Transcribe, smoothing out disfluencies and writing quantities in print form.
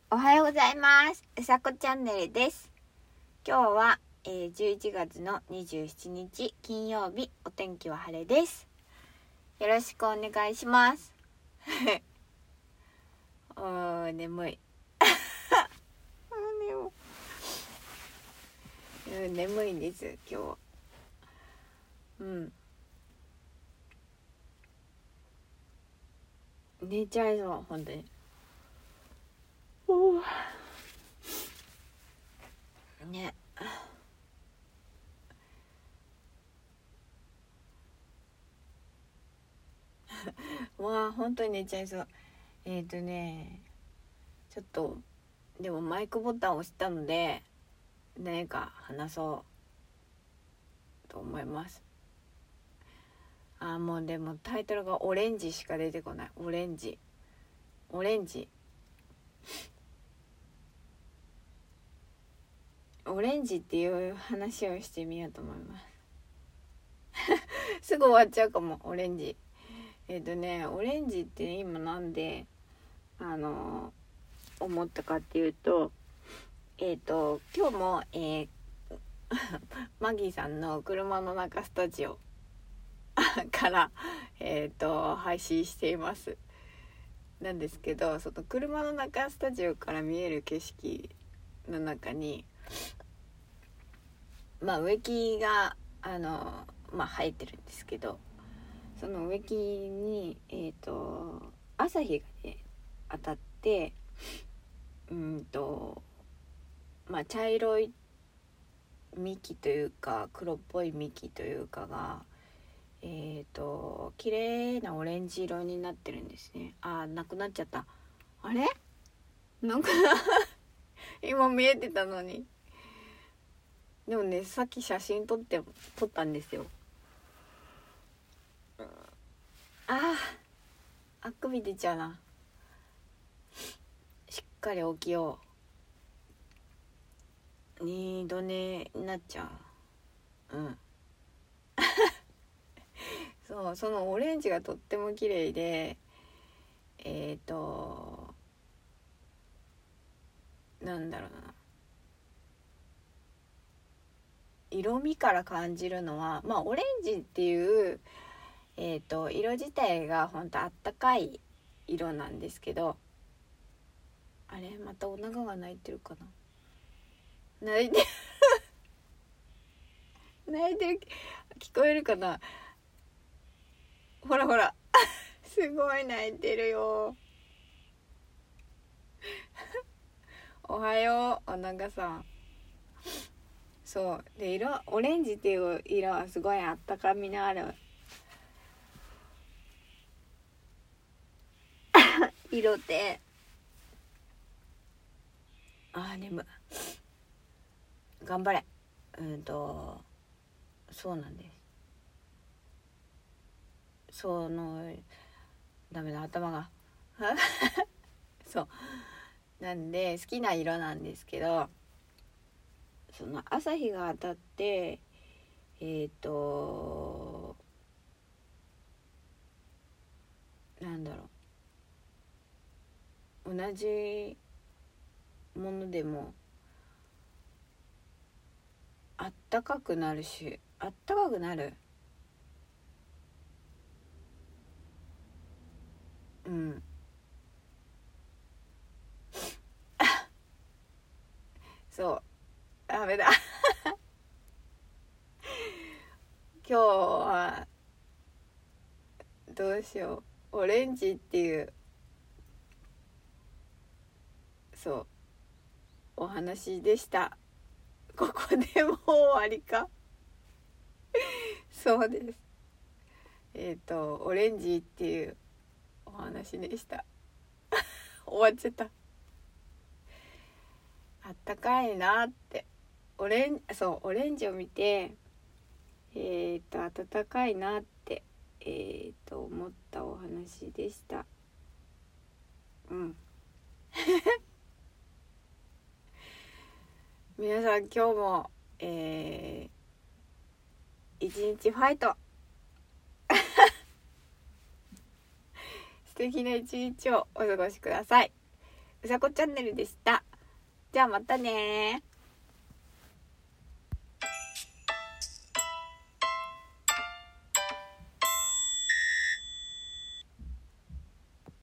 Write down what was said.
おはようございます。うさこチャンネルです。今日は、11月の27日金曜日、お天気は晴れです。よろしくお願いします。眠い。眠いんです今日は。寝ちゃいそう本当に。ね。わあ本当に寝ちゃいそう。ちょっとでもマイクボタンを押したので何か話そうと思います。もうでもタイトルがオレンジしか出てこない。オレンジっていう話をしてみようと思いますすぐ終わっちゃうかも。オレンジオレンジって今なんで思ったかっていうと今日も、マギーさんの車の中スタジオから配信していますなんですけど、その車の中スタジオから見える景色の中に植木が生えてるんですけど、その植木に朝日がね当たって茶色い幹というか黒っぽい幹というかが綺麗なオレンジ色になってるんですね。なくなっちゃった。あれなんか今見えてたのに。でもね、さっき写真撮ったんですよ。あくび出ちゃうな。しっかり起きよう。二度寝になっちゃう。そう、そのオレンジがとっても綺麗でなんだろうな、色味から感じるのはオレンジっていう色自体がほんとあったかい色なんですけど、あれまたお腹が鳴いてるかな。泣いてる聞こえるかな。ほらすごい泣いてるよおはようお腹さん。そうで、オレンジっていう色はすごいあったかみのある色で、眠い。頑張れ。そうなんです。ダメだ、頭がそうなんで好きな色なんですけど、その朝日が当たってなんだろう、同じものでもあったかくなる。そうダメだ今日はどうしよう。オレンジっていうお話でした。ここでもう終わりかそうです。オレンジっていうお話でした終わっちゃった。あったかいなってオレンジを見て暖かいなって思ったお話でした皆さん今日も一日ファイト素敵な一日をお過ごしください。 うさこチャンネルでした。じゃあまたね。